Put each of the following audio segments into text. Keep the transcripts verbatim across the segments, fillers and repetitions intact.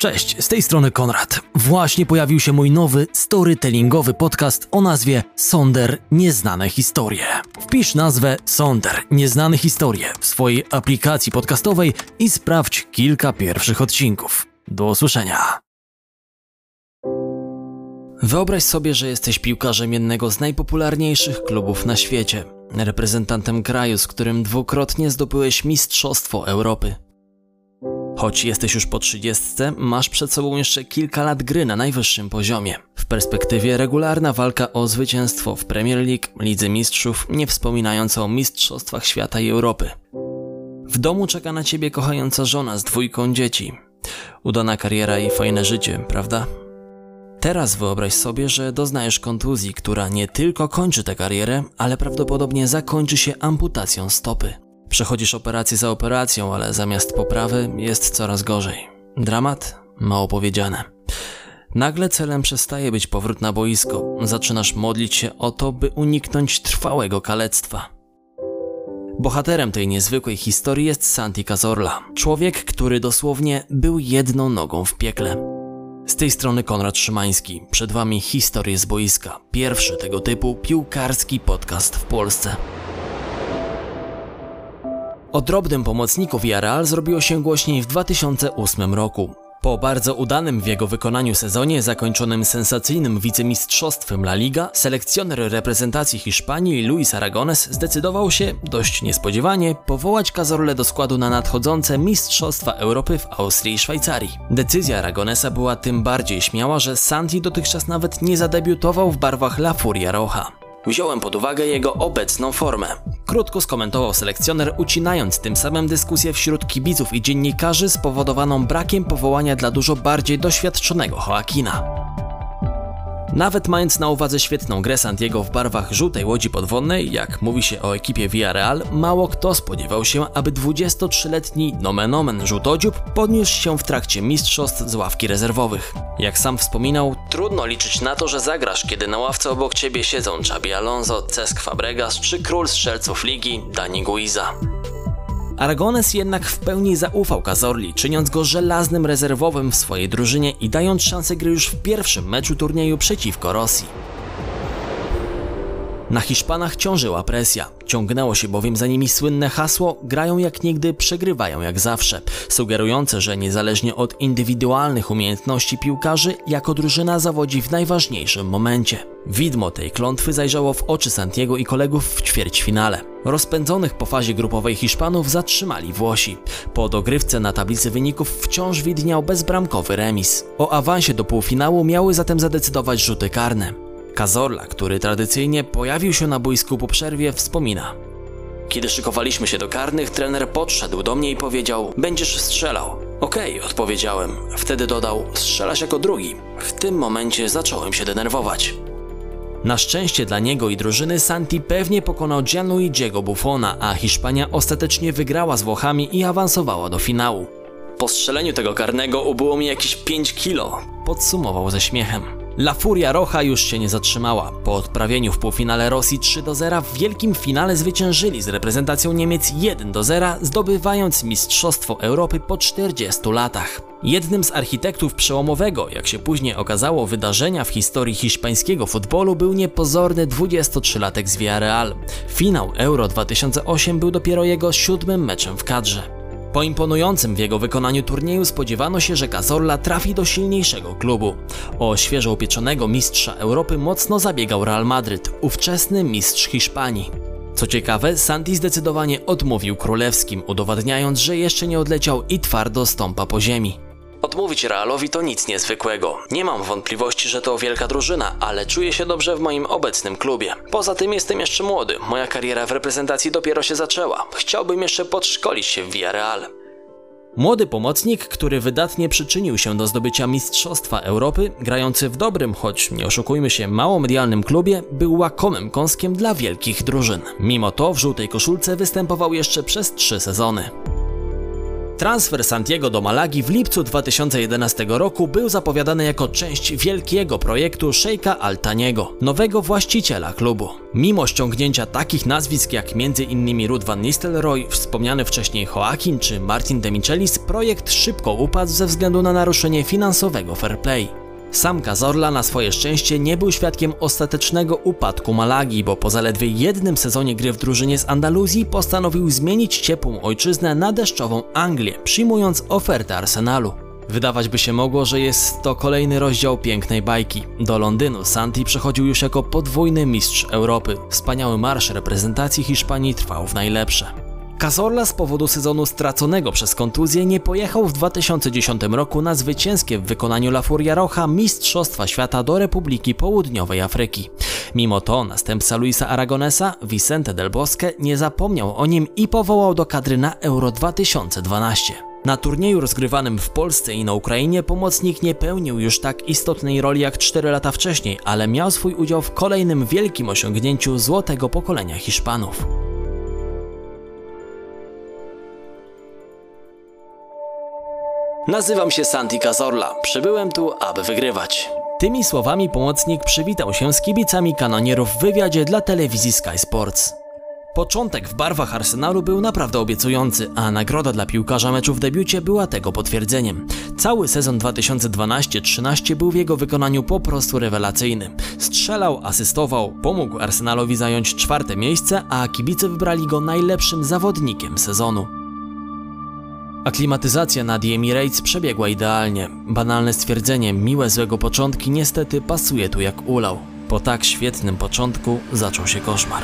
Cześć, z tej strony Konrad. Właśnie pojawił się mój nowy storytellingowy podcast o nazwie Sonder Nieznane Historie. Wpisz nazwę Sonder Nieznane Historie w swojej aplikacji podcastowej i sprawdź kilka pierwszych odcinków. Do usłyszenia. Wyobraź sobie, że jesteś piłkarzem jednego z najpopularniejszych klubów na świecie, reprezentantem kraju, z którym dwukrotnie zdobyłeś Mistrzostwo Europy. Choć jesteś już po trzydziestce, masz przed sobą jeszcze kilka lat gry na najwyższym poziomie. W perspektywie regularna walka o zwycięstwo w Premier League, Lidze Mistrzów, nie wspominając o Mistrzostwach Świata i Europy. W domu czeka na ciebie kochająca żona z dwójką dzieci. Udana kariera i fajne życie, prawda? Teraz wyobraź sobie, że doznajesz kontuzji, która nie tylko kończy tę karierę, ale prawdopodobnie zakończy się amputacją stopy. Przechodzisz operację za operacją, ale zamiast poprawy jest coraz gorzej. Dramat? Mało powiedziane. Nagle celem przestaje być powrót na boisko. Zaczynasz modlić się o to, by uniknąć trwałego kalectwa. Bohaterem tej niezwykłej historii jest Santi Cazorla. Człowiek, który dosłownie był jedną nogą w piekle. Z tej strony Konrad Szymański. Przed wami Historie z boiska. Pierwszy tego typu piłkarski podcast w Polsce. O drobnym pomocniku Villarreal zrobiło się głośniej w dwa tysiące ósmym roku. Po bardzo udanym w jego wykonaniu sezonie, zakończonym sensacyjnym wicemistrzostwem La Liga, selekcjoner reprezentacji Hiszpanii Luis Aragones zdecydował się, dość niespodziewanie, powołać Cazorlę do składu na nadchodzące Mistrzostwa Europy w Austrii i Szwajcarii. Decyzja Aragonesa była tym bardziej śmiała, że Santi dotychczas nawet nie zadebiutował w barwach La Furia Roja. Wziąłem pod uwagę jego obecną formę. Krótko skomentował selekcjoner, ucinając tym samym dyskusję wśród kibiców i dziennikarzy spowodowaną brakiem powołania dla dużo bardziej doświadczonego Joaquina. Nawet mając na uwadze świetną grę Santiego w barwach żółtej łodzi podwodnej, jak mówi się o ekipie Villarreal, mało kto spodziewał się, aby dwudziestotrzyletni nomen omen żółtodziób podniósł się w trakcie mistrzostw z ławki rezerwowych. Jak sam wspominał, trudno liczyć na to, że zagrasz, kiedy na ławce obok ciebie siedzą Xabi Alonso, Cesc Fabregas czy król strzelców ligi Dani Guiza. Aragones jednak w pełni zaufał Cazorli, czyniąc go żelaznym rezerwowym w swojej drużynie i dając szansę gry już w pierwszym meczu turnieju przeciwko Rosji. Na Hiszpanach ciążyła presja, ciągnęło się bowiem za nimi słynne hasło grają jak nigdy, przegrywają jak zawsze, sugerujące, że niezależnie od indywidualnych umiejętności piłkarzy, jako drużyna zawodzi w najważniejszym momencie. Widmo tej klątwy zajrzało w oczy Santiego i kolegów w ćwierćfinale. Rozpędzonych po fazie grupowej Hiszpanów zatrzymali Włosi. Po dogrywce na tablicy wyników wciąż widniał bezbramkowy remis. O awansie do półfinału miały zatem zadecydować rzuty karne. Cazorla, który tradycyjnie pojawił się na boisku po przerwie, wspomina: Kiedy szykowaliśmy się do karnych, trener podszedł do mnie i powiedział: będziesz strzelał. Okej, okay, odpowiedziałem. Wtedy dodał: strzelasz jako drugi. W tym momencie zacząłem się denerwować. Na szczęście dla niego i drużyny Santi pewnie pokonał Gianluigiego Buffona, a Hiszpania ostatecznie wygrała z Włochami i awansowała do finału. Po strzeleniu tego karnego ubyło mi jakieś pięć kilo, podsumował ze śmiechem. La Furia Roja już się nie zatrzymała. Po odprawieniu w półfinale Rosji trzy do zera w wielkim finale zwyciężyli z reprezentacją Niemiec jeden do zera, zdobywając Mistrzostwo Europy po czterdziestu latach. Jednym z architektów przełomowego, jak się później okazało, wydarzenia w historii hiszpańskiego futbolu był niepozorny dwudziestotrzylatek z Villarreal. Finał Euro dwa tysiące ósmego był dopiero jego siódmym meczem w kadrze. Po imponującym w jego wykonaniu turnieju spodziewano się, że Cazorla trafi do silniejszego klubu. O świeżo upieczonego mistrza Europy mocno zabiegał Real Madryt, ówczesny mistrz Hiszpanii. Co ciekawe, Santi zdecydowanie odmówił królewskim, udowadniając, że jeszcze nie odleciał i twardo stąpa po ziemi. Odmówić Realowi to nic niezwykłego. Nie mam wątpliwości, że to wielka drużyna, ale czuję się dobrze w moim obecnym klubie. Poza tym jestem jeszcze młody, moja kariera w reprezentacji dopiero się zaczęła. Chciałbym jeszcze podszkolić się w Villarreal. Młody pomocnik, który wydatnie przyczynił się do zdobycia Mistrzostwa Europy, grający w dobrym, choć nie oszukujmy się, mało medialnym klubie, był łakomym kąskiem dla wielkich drużyn. Mimo to w żółtej koszulce występował jeszcze przez trzy sezony. Transfer Santiego do Malagi w lipcu dwa tysiące jedenastego roku był zapowiadany jako część wielkiego projektu Sheika Al Thaniego, nowego właściciela klubu. Mimo ściągnięcia takich nazwisk jak między innymi Ruud van Nistelrooy, wspomniany wcześniej Joaquin czy Martin Demichelis, projekt szybko upadł ze względu na naruszenie finansowego fair play. Sam Cazorla na swoje szczęście nie był świadkiem ostatecznego upadku Malagi, bo po zaledwie jednym sezonie gry w drużynie z Andaluzji postanowił zmienić ciepłą ojczyznę na deszczową Anglię, przyjmując ofertę Arsenalu. Wydawać by się mogło, że jest to kolejny rozdział pięknej bajki. Do Londynu Santi przechodził już jako podwójny mistrz Europy. Wspaniały marsz reprezentacji Hiszpanii trwał w najlepsze. Cazorla z powodu sezonu straconego przez kontuzję nie pojechał w dwa tysiące dziesiątym roku na zwycięskie w wykonaniu La Furia Roja Mistrzostwa Świata do Republiki Południowej Afryki. Mimo to następca Luisa Aragonesa, Vicente del Bosque, nie zapomniał o nim i powołał do kadry na Euro dwa tysiące dwanaście. Na turnieju rozgrywanym w Polsce i na Ukrainie pomocnik nie pełnił już tak istotnej roli jak cztery lata wcześniej, ale miał swój udział w kolejnym wielkim osiągnięciu złotego pokolenia Hiszpanów. Nazywam się Santi Cazorla, przybyłem tu, aby wygrywać. Tymi słowami pomocnik przywitał się z kibicami kanonierów w wywiadzie dla telewizji Sky Sports. Początek w barwach Arsenalu był naprawdę obiecujący, a nagroda dla piłkarza meczu w debiucie była tego potwierdzeniem. Cały sezon dwa tysiące dwunasty trzynasty był w jego wykonaniu po prostu rewelacyjny. Strzelał, asystował, pomógł Arsenalowi zająć czwarte miejsce, a kibice wybrali go najlepszym zawodnikiem sezonu. Aklimatyzacja na The Emirates przebiegła idealnie. Banalne stwierdzenie, miłe złego początki niestety pasuje tu jak ulał. Po tak świetnym początku zaczął się koszmar.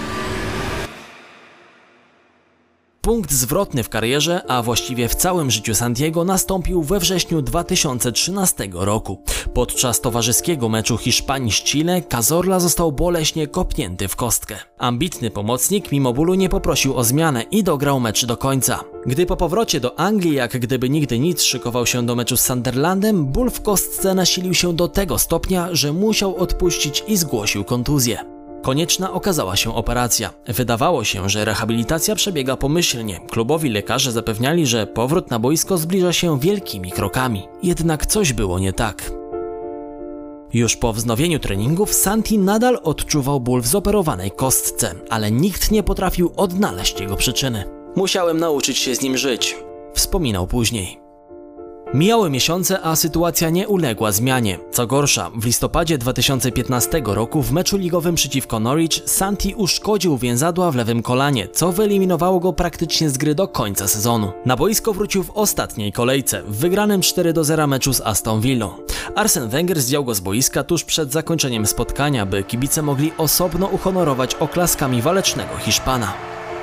Punkt zwrotny w karierze, a właściwie w całym życiu Santiego nastąpił we wrześniu dwa tysiące trzynastego roku. Podczas towarzyskiego meczu Hiszpanii z Chile Cazorla został boleśnie kopnięty w kostkę. Ambitny pomocnik mimo bólu nie poprosił o zmianę i dograł mecz do końca. Gdy po powrocie do Anglii, jak gdyby nigdy nic, szykował się do meczu z Sunderlandem, ból w kostce nasilił się do tego stopnia, że musiał odpuścić i zgłosił kontuzję. Konieczna okazała się operacja. Wydawało się, że rehabilitacja przebiega pomyślnie. Klubowi lekarze zapewniali, że powrót na boisko zbliża się wielkimi krokami. Jednak coś było nie tak. Już po wznowieniu treningów Santi nadal odczuwał ból w zoperowanej kostce, ale nikt nie potrafił odnaleźć jego przyczyny. Musiałem nauczyć się z nim żyć, wspominał później. Mijały miesiące, a sytuacja nie uległa zmianie. Co gorsza, w listopadzie dwa tysiące piętnastego roku w meczu ligowym przeciwko Norwich Santi uszkodził więzadła w lewym kolanie, co wyeliminowało go praktycznie z gry do końca sezonu. Na boisko wrócił w ostatniej kolejce, w wygranym cztery do zera meczu z Aston Villą. Arsene Wenger zdjął go z boiska tuż przed zakończeniem spotkania, by kibice mogli osobno uhonorować oklaskami walecznego Hiszpana.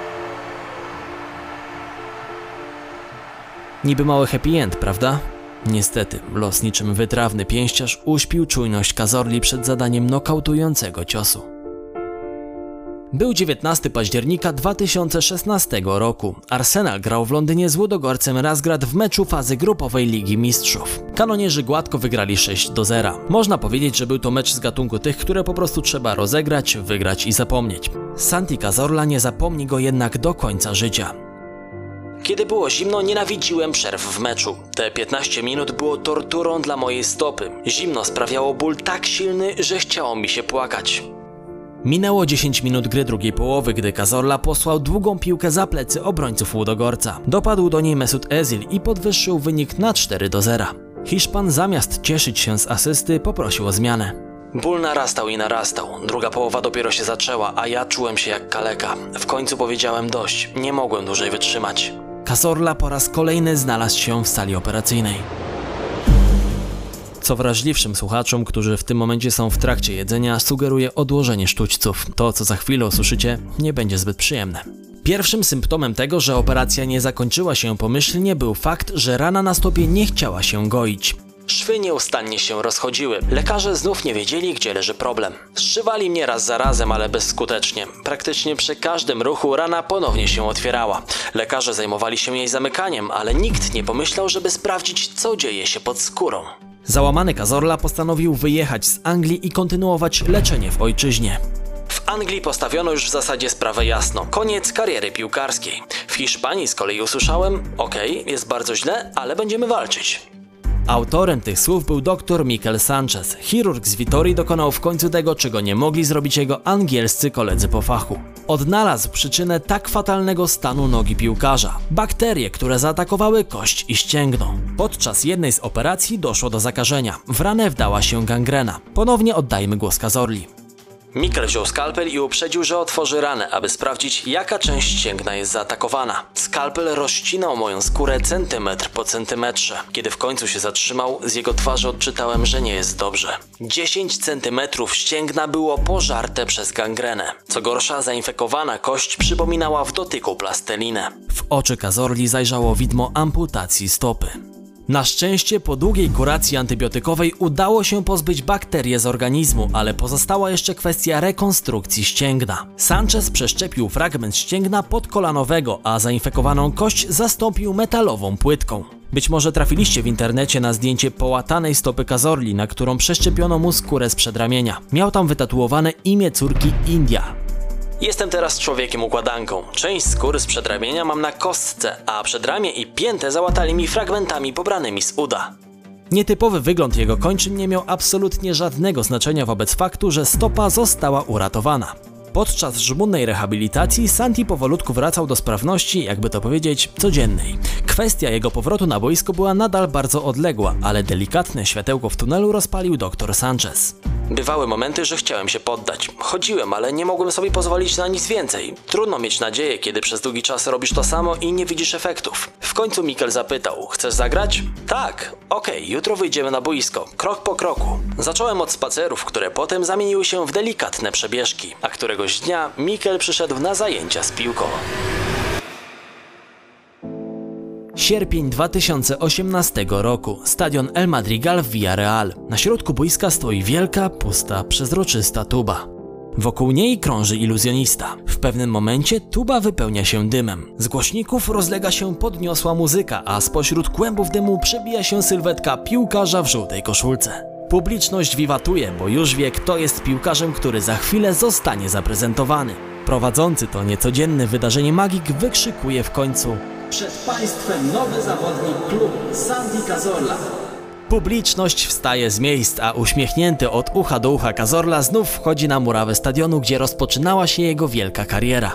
Niby mały happy end, prawda? Niestety, los niczym wytrawny pięściarz uśpił czujność Cazorli przed zadaniem nokautującego ciosu. Był dziewiętnastego października dwa tysiące szesnastego roku. Arsenal grał w Londynie z Ludogorcem Razgrad w meczu fazy grupowej Ligi Mistrzów. Kanonierzy gładko wygrali sześć do zera. Można powiedzieć, że był to mecz z gatunku tych, które po prostu trzeba rozegrać, wygrać i zapomnieć. Santi Cazorla nie zapomni go jednak do końca życia. Kiedy było zimno, nienawidziłem przerw w meczu. Te piętnaście minut było torturą dla mojej stopy. Zimno sprawiało ból tak silny, że chciało mi się płakać. Minęło dziesięć minut gry drugiej połowy, gdy Cazorla posłał długą piłkę za plecy obrońców Ludogorca. Dopadł do niej Mesut Özil i podwyższył wynik na cztery do zera. Hiszpan zamiast cieszyć się z asysty, poprosił o zmianę. Ból narastał i narastał. Druga połowa dopiero się zaczęła, a ja czułem się jak kaleka. W końcu powiedziałem dość. Nie mogłem dłużej wytrzymać. Cazorla po raz kolejny znalazł się w sali operacyjnej. Co wrażliwszym słuchaczom, którzy w tym momencie są w trakcie jedzenia, sugeruje odłożenie sztućców. To, co za chwilę usłyszycie, nie będzie zbyt przyjemne. Pierwszym symptomem tego, że operacja nie zakończyła się pomyślnie, był fakt, że rana na stopie nie chciała się goić. Szwy nieustannie się rozchodziły. Lekarze znów nie wiedzieli, gdzie leży problem. Zszywali mnie raz za razem, ale bezskutecznie. Praktycznie przy każdym ruchu rana ponownie się otwierała. Lekarze zajmowali się jej zamykaniem, ale nikt nie pomyślał, żeby sprawdzić, co dzieje się pod skórą. Załamany Cazorla postanowił wyjechać z Anglii i kontynuować leczenie w ojczyźnie. W Anglii postawiono już w zasadzie sprawę jasno. Koniec kariery piłkarskiej. W Hiszpanii z kolei usłyszałem: okej, okay, jest bardzo źle, ale będziemy walczyć. Autorem tych słów był dr Mikel Sanchez. Chirurg z Vitorii dokonał w końcu tego, czego nie mogli zrobić jego angielscy koledzy po fachu. Odnalazł przyczynę tak fatalnego stanu nogi piłkarza. Bakterie, które zaatakowały kość i ścięgno. Podczas jednej z operacji doszło do zakażenia. W ranę wdała się gangrena. Ponownie oddajmy głos Cazorli. Mikel wziął skalpel i uprzedził, że otworzy ranę, aby sprawdzić, jaka część ścięgna jest zaatakowana. Skalpel rozcinał moją skórę centymetr po centymetrze. Kiedy w końcu się zatrzymał, z jego twarzy odczytałem, że nie jest dobrze. dziesięć centymetrów ścięgna było pożarte przez gangrenę. Co gorsza, zainfekowana kość przypominała w dotyku plastelinę. W oczy Cazorli zajrzało widmo amputacji stopy. Na szczęście po długiej kuracji antybiotykowej udało się pozbyć bakterie z organizmu, ale pozostała jeszcze kwestia rekonstrukcji ścięgna. Sanchez przeszczepił fragment ścięgna podkolanowego, a zainfekowaną kość zastąpił metalową płytką. Być może trafiliście w internecie na zdjęcie połatanej stopy Cazorli, na którą przeszczepiono mu skórę z przedramienia. Miał tam wytatuowane imię córki India. Jestem teraz człowiekiem układanką. Część skóry z przedramienia mam na kostce, a przedramię i piętę załatali mi fragmentami pobranymi z uda. Nietypowy wygląd jego kończyn nie miał absolutnie żadnego znaczenia wobec faktu, że stopa została uratowana. Podczas żmudnej rehabilitacji Santi powolutku wracał do sprawności, jakby to powiedzieć, codziennej. Kwestia jego powrotu na boisko była nadal bardzo odległa, ale delikatne światełko w tunelu rozpalił dr Sanchez. Bywały momenty, że chciałem się poddać. Chodziłem, ale nie mogłem sobie pozwolić na nic więcej. Trudno mieć nadzieję, kiedy przez długi czas robisz to samo i nie widzisz efektów. W końcu Mikel zapytał: chcesz zagrać? Tak, okej, okay, jutro wyjdziemy na boisko, krok po kroku. Zacząłem od spacerów, które potem zamieniły się w delikatne przebieżki, a któregoś dnia Mikel przyszedł na zajęcia z piłką. Sierpień dwa tysiące osiemnastego roku. Stadion El Madrigal w Villarreal. Na środku boiska stoi wielka, pusta, przezroczysta tuba. Wokół niej krąży iluzjonista. W pewnym momencie tuba wypełnia się dymem. Z głośników rozlega się podniosła muzyka, a spośród kłębów dymu przebija się sylwetka piłkarza w żółtej koszulce. Publiczność wiwatuje, bo już wie, kto jest piłkarzem, który za chwilę zostanie zaprezentowany. Prowadzący to niecodzienne wydarzenie magik wykrzykuje w końcu: przed państwem nowy zawodnik klubu, Santi Cazorla. Publiczność wstaje z miejsc, a uśmiechnięty od ucha do ucha Cazorla znów wchodzi na murawę stadionu, gdzie rozpoczynała się jego wielka kariera.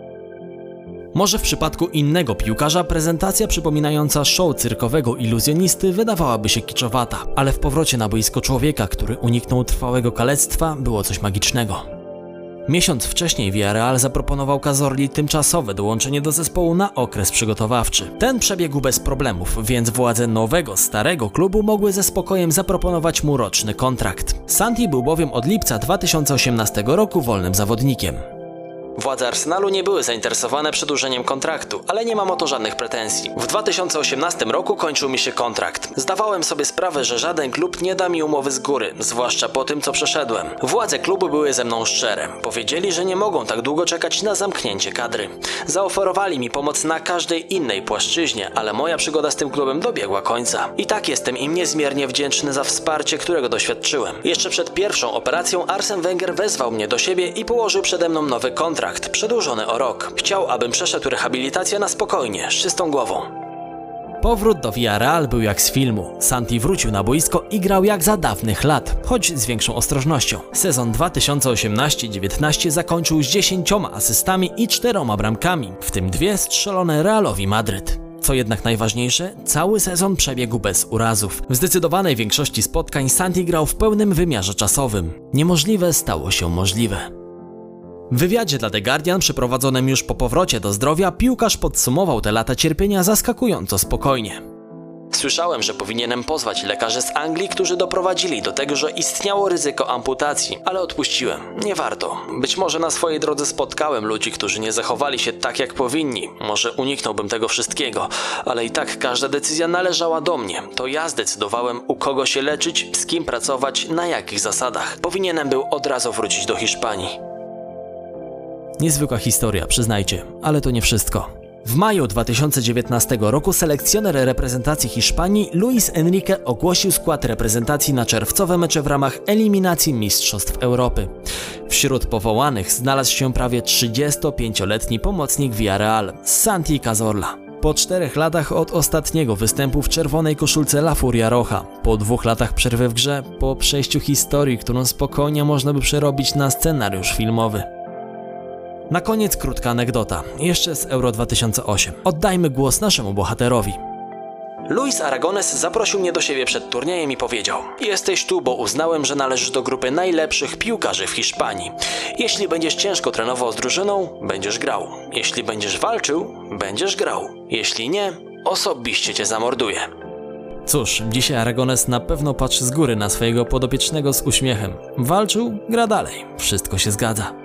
Może w przypadku innego piłkarza prezentacja przypominająca show cyrkowego iluzjonisty wydawałaby się kiczowata, ale w powrocie na boisko człowieka, który uniknął trwałego kalectwa, było coś magicznego. Miesiąc wcześniej Villarreal zaproponował Cazorli tymczasowe dołączenie do zespołu na okres przygotowawczy. Ten przebiegł bez problemów, więc władze nowego, starego klubu mogły ze spokojem zaproponować mu roczny kontrakt. Santi był bowiem od lipca dwa tysiące osiemnastego roku wolnym zawodnikiem. Władze Arsenalu nie były zainteresowane przedłużeniem kontraktu, ale nie mam o to żadnych pretensji. W dwa tysiące osiemnastym roku kończył mi się kontrakt. Zdawałem sobie sprawę, że żaden klub nie da mi umowy z góry, zwłaszcza po tym, co przeszedłem. Władze klubu były ze mną szczere. Powiedzieli, że nie mogą tak długo czekać na zamknięcie kadry. Zaoferowali mi pomoc na każdej innej płaszczyźnie, ale moja przygoda z tym klubem dobiegła końca. I tak jestem im niezmiernie wdzięczny za wsparcie, którego doświadczyłem. Jeszcze przed pierwszą operacją Arsene Wenger wezwał mnie do siebie i położył przede mną nowy kontrakt. Przedłużony o rok. Chciał, abym przeszedł rehabilitację na spokojnie, z czystą głową. Powrót do Villarreal był jak z filmu. Santi wrócił na boisko i grał jak za dawnych lat, choć z większą ostrożnością. Sezon dwa tysiące osiemnasty dziewiętnasty zakończył z dziesięcioma asystami i czteroma bramkami, w tym dwie strzelone Realowi Madryt. Co jednak najważniejsze, cały sezon przebiegł bez urazów. W zdecydowanej większości spotkań Santi grał w pełnym wymiarze czasowym. Niemożliwe stało się możliwe. W wywiadzie dla The Guardian przeprowadzonym już po powrocie do zdrowia piłkarz podsumował te lata cierpienia zaskakująco spokojnie. Słyszałem, że powinienem pozwać lekarzy z Anglii, którzy doprowadzili do tego, że istniało ryzyko amputacji, ale odpuściłem. Nie warto. Być może na swojej drodze spotkałem ludzi, którzy nie zachowali się tak, jak powinni. Może uniknąłbym tego wszystkiego, ale i tak każda decyzja należała do mnie. To ja zdecydowałem, u kogo się leczyć, z kim pracować, na jakich zasadach. Powinienem był od razu wrócić do Hiszpanii. Niezwykła historia, przyznajcie, ale to nie wszystko. W maju dwa tysiące dziewiętnastego roku selekcjoner reprezentacji Hiszpanii Luis Enrique ogłosił skład reprezentacji na czerwcowe mecze w ramach eliminacji Mistrzostw Europy. Wśród powołanych znalazł się prawie trzydziestopięcioletni pomocnik Villarreal Santi Cazorla. Po czterech latach od ostatniego występu w czerwonej koszulce La Furia Roja, po dwóch latach przerwy w grze, po przejściu historii, którą spokojnie można by przerobić na scenariusz filmowy. Na koniec krótka anegdota, jeszcze z Euro dwa tysiące osiem. Oddajmy głos naszemu bohaterowi. Luis Aragonés zaprosił mnie do siebie przed turniejem i powiedział: jesteś tu, bo uznałem, że należysz do grupy najlepszych piłkarzy w Hiszpanii. Jeśli będziesz ciężko trenował z drużyną, będziesz grał. Jeśli będziesz walczył, będziesz grał. Jeśli nie, osobiście cię zamorduję. Cóż, dzisiaj Aragonés na pewno patrzy z góry na swojego podopiecznego z uśmiechem. Walczył, gra dalej. Wszystko się zgadza.